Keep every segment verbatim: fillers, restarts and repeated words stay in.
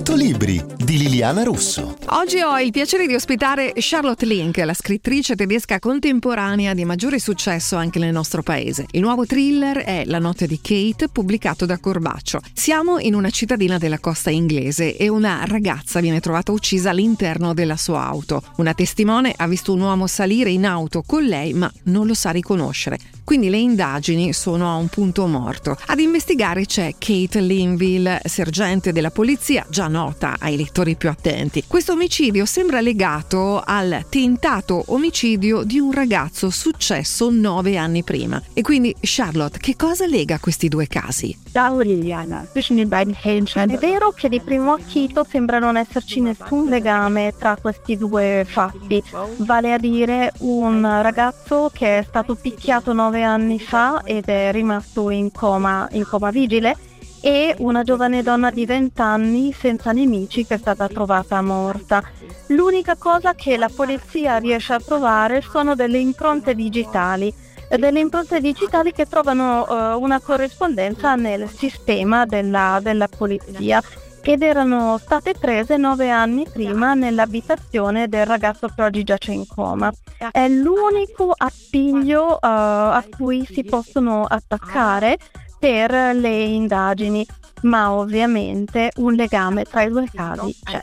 cento libri di Liliana Russo. Oggi ho il piacere di ospitare Charlotte Link, la scrittrice tedesca contemporanea di maggiore successo anche nel nostro paese. Il nuovo thriller è La notte di Kate, pubblicato da Corbaccio. Siamo in una cittadina della costa inglese e una ragazza viene trovata uccisa all'interno della sua auto. Una testimone ha visto un uomo salire in auto con lei, ma non lo sa riconoscere. Quindi le indagini sono a un punto morto. Ad investigare c'è Kate Linville, sergente della polizia, già nota ai lettori più attenti. Questo omicidio sembra legato al tentato omicidio di un ragazzo successo nove anni prima. E quindi, Charlotte, che cosa lega questi due casi? Ciao Liliana, è vero che di primo acchito sembra non esserci nessun legame tra questi due fatti, vale a dire un ragazzo che è stato picchiato nove anni fa ed è rimasto in coma, in coma vigile, e una giovane donna di venti anni senza nemici che è stata trovata morta. L'unica cosa che la polizia riesce a trovare sono delle impronte digitali, delle impronte digitali che trovano uh, una corrispondenza nel sistema della, della polizia, ed erano state prese nove anni prima nell'abitazione del ragazzo che oggi giace in coma. È l'unico appiglio uh, a cui si possono attaccare per le indagini, ma ovviamente un legame tra i due casi c'è.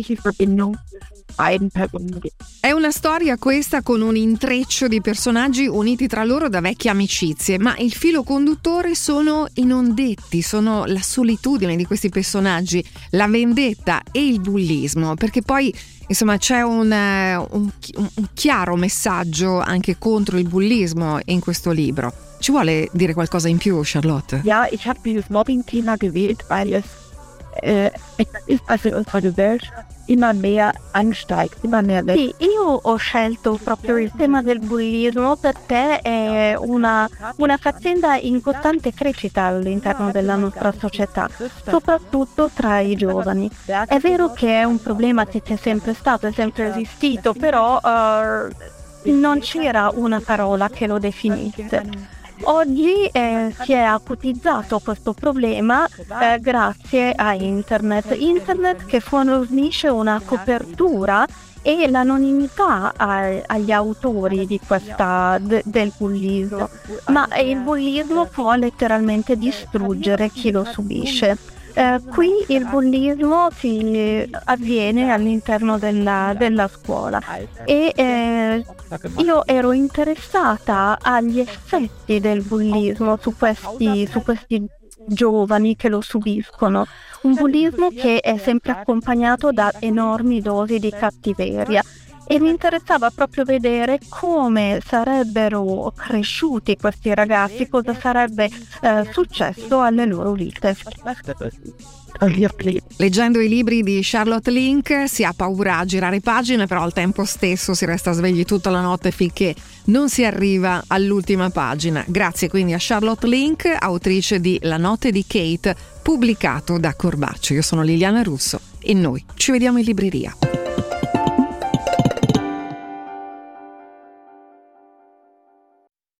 È una storia questa con un intreccio di personaggi uniti tra loro da vecchie amicizie, ma il filo conduttore sono i non detti, sono la solitudine di questi personaggi, la vendetta e il bullismo, perché poi insomma c'è un, un, un chiaro messaggio anche contro il bullismo in questo libro. Ci vuole dire qualcosa in più, Charlotte? Ja, ich habe dieses Mobbing-Thema gewählt, weil es äh, etwas ist, was in unserer Gesellschaft immer mehr ansteigt, immer mehr weg. Sì, io ho scelto proprio il tema del bullismo perché è una, una faccenda in costante crescita all'interno della nostra società, soprattutto tra i giovani. È vero che è un problema che c'è sempre stato, è sempre esistito, però uh, non c'era una parola che lo definisse. Oggi eh, si è acutizzato questo problema eh, grazie a internet. Internet che fornisce una copertura e l'anonimità a, agli autori di questa, de, del bullismo, ma il bullismo può letteralmente distruggere chi lo subisce. Eh, qui il bullismo si avviene all'interno della, della scuola e eh, io ero interessata agli effetti del bullismo su questi, su questi giovani che lo subiscono. Un bullismo che è sempre accompagnato da enormi dosi di cattiveria. E mi interessava proprio vedere come sarebbero cresciuti questi ragazzi, cosa sarebbe eh, successo alle loro vite. Leggendo i libri di Charlotte Link si ha paura a girare pagine, però al tempo stesso si resta svegli tutta la notte finché non si arriva all'ultima pagina. Grazie quindi a Charlotte Link, autrice di La notte di Kate, pubblicato da Corbaccio. Io sono Liliana Russo e noi ci vediamo in libreria.